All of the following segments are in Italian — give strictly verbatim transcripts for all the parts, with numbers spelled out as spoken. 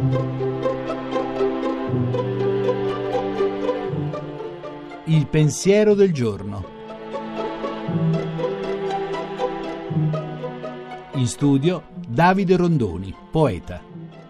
Il pensiero del giorno. In studio Davide Rondoni, poeta.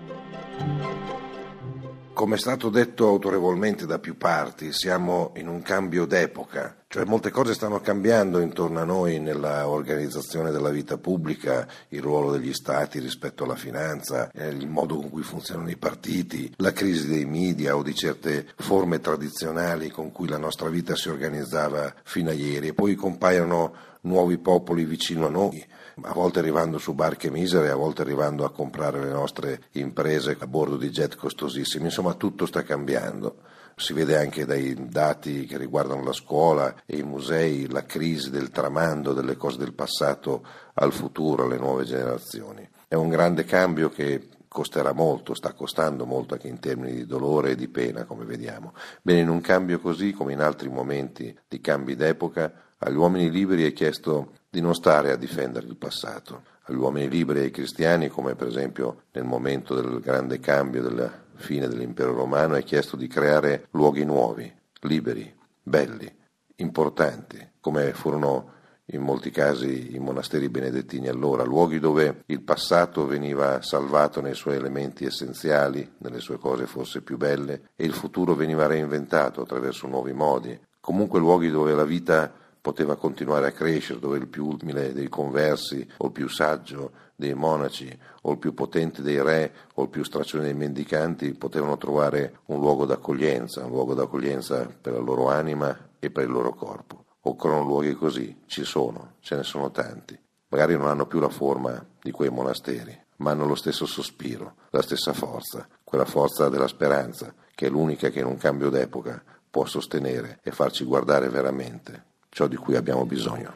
Come è stato detto autorevolmente da più parti, siamo in un cambio d'epoca, cioè molte cose stanno cambiando intorno a noi nella organizzazione della vita pubblica, il ruolo degli stati rispetto alla finanza, il modo con cui funzionano i partiti, la crisi dei media o di certe forme tradizionali con cui la nostra vita si organizzava fino a ieri, e poi compaiono nuovi popoli vicino a noi, a volte arrivando su barche misere, a volte arrivando a comprare le nostre imprese a bordo di jet costosissimi. Insomma, tutto sta cambiando. Si vede anche dai dati che riguardano la scuola e i musei, la crisi del tramando delle cose del passato al futuro, alle nuove generazioni. È un grande cambio che costerà molto, sta costando molto anche in termini di dolore e di pena, come vediamo. Bene, in un cambio così, come in altri momenti di cambi d'epoca, agli uomini liberi è chiesto di non stare a difendere il passato. Agli uomini liberi e ai cristiani, come per esempio nel momento del grande cambio della fine dell'impero romano, è chiesto di creare luoghi nuovi, liberi, belli, importanti, come furono in molti casi i monasteri benedettini allora, luoghi dove il passato veniva salvato nei suoi elementi essenziali, nelle sue cose forse più belle, e il futuro veniva reinventato attraverso nuovi modi. Comunque luoghi dove la vita poteva continuare a crescere, dove il più umile dei conversi o il più saggio dei monaci o il più potente dei re o il più straccione dei mendicanti potevano trovare un luogo d'accoglienza, un luogo d'accoglienza per la loro anima e per il loro corpo. Occorrono luoghi così, ci sono, ce ne sono tanti. Magari non hanno più la forma di quei monasteri, ma hanno lo stesso sospiro, la stessa forza, quella forza della speranza, che è l'unica che in un cambio d'epoca può sostenere e farci guardare veramente ciò di cui abbiamo bisogno.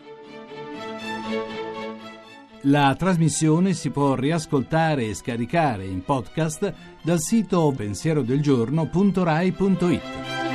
La trasmissione si può riascoltare e scaricare in podcast dal sito pensierodelgiorno punto rai punto it.